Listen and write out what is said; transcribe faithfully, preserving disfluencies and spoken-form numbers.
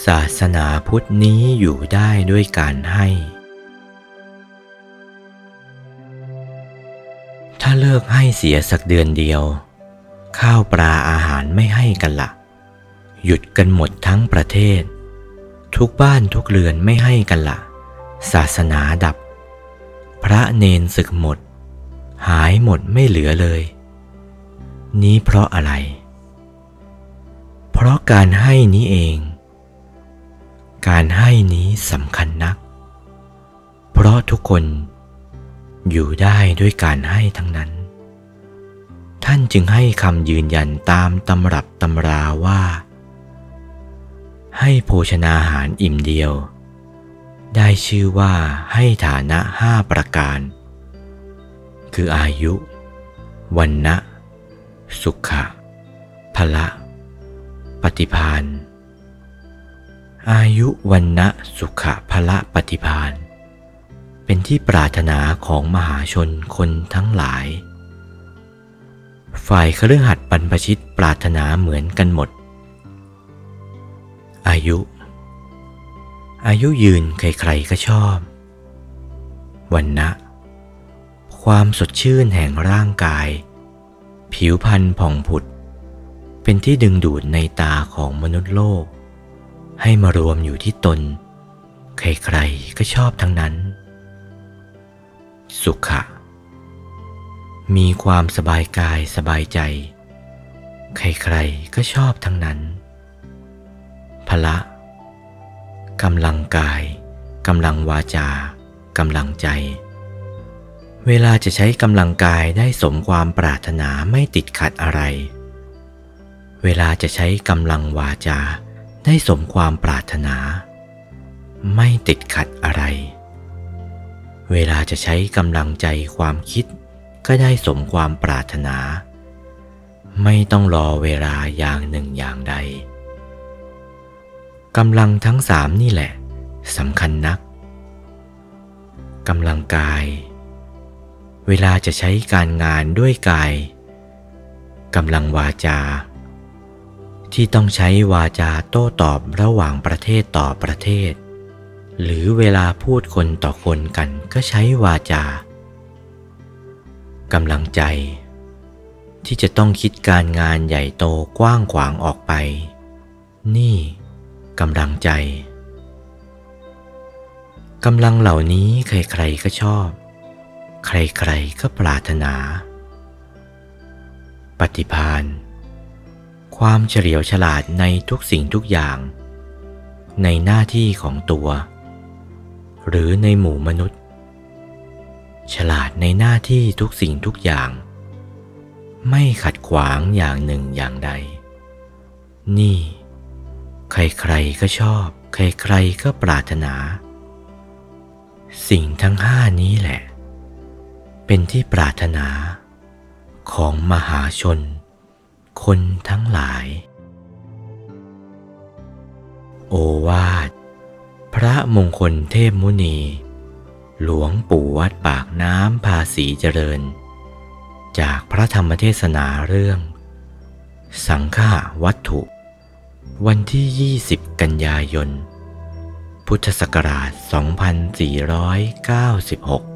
าสนาพุทธนี้อยู่ได้ด้วยการให้ถ้าเลิกให้เสียสักเดือนเดียวข้าวปลาอาหารไม่ให้กันละหยุดกันหมดทั้งประเทศทุกบ้านทุกเรือนไม่ให้กันละศาสนาดับพระเนนสึกหมดหายหมดไม่เหลือเลยนี้เพราะอะไรเพราะการให้นี้เองการให้นี้สำคัญนักเพราะทุกคนอยู่ได้ด้วยการให้ทั้งนั้นท่านจึงให้คำยืนยันตามตำรับตำราว่าให้โภชนาหารอิ่มเดียวได้ชื่อว่าให้ฐานะห้าประการคืออายุวรรณะสุขะพละปฏิภาณอายุวรรณะสุขะพละปฏิภาณเป็นที่ปรารถนาของมหาชนคนทั้งหลายฝ่ายคฤหัสถ์บรรพชิตปรารถนาเหมือนกันหมดอายุอายุยืนใครๆก็ชอบวรรณะความสดชื่นแห่งร่างกายผิวพรรณผ่องผุดเป็นที่ดึงดูดในตาของมนุษย์โลกให้มารวมอยู่ที่ตนใครๆก็ชอบทั้งนั้นสุขะมีความสบายกายสบายใจใครๆก็ชอบทั้งนั้นพละกำลังกายกำลังวาจากำลังใจเวลาจะใช้กำลังกายได้สมความปรารถนาไม่ติดขัดอะไรเวลาจะใช้กำลังวาจาได้สมความปรารถนาไม่ติดขัดอะไรเวลาจะใช้กำลังใจความคิดก็ได้สมความปรารถนาไม่ต้องรอเวลาอย่างหนึ่งอย่างใดกำลังทั้งสามนี่แหละสำคัญนักกำลังกายเวลาจะใช้การงานด้วยกายกำลังวาจาที่ต้องใช้วาจาโต้ตอบระหว่างประเทศต่อประเทศหรือเวลาพูดคนต่อคนกันก็ใช้วาจากำลังใจที่จะต้องคิดการงานใหญ่โตกว้างขวางออกไปนี่กำลังใจกำลังเหล่านี้ใครๆก็ชอบใครๆก็ปรารถนาปฏิภาณความเฉลียวฉลาดในทุกสิ่งทุกอย่างในหน้าที่ของตัวหรือในหมู่มนุษย์ฉลาดในหน้าที่ทุกสิ่งทุกอย่างไม่ขัดขวางอย่างหนึ่งอย่างใดนี่ใครๆก็ชอบใครๆก็ปรารถนาสิ่งทั้งห้านี้แหละเป็นที่ปรารถนาของมหาชนคนทั้งหลายโอวาทพระมงคลเทพมุนีหลวงปู่วัดปากน้ำภาษีเจริญจากพระธรรมเทศนาเรื่องสังฆวัตถุวันที่ยี่สิบกันยายนพุทธศักราชสองพันสี่ร้อยเก้าสิบหก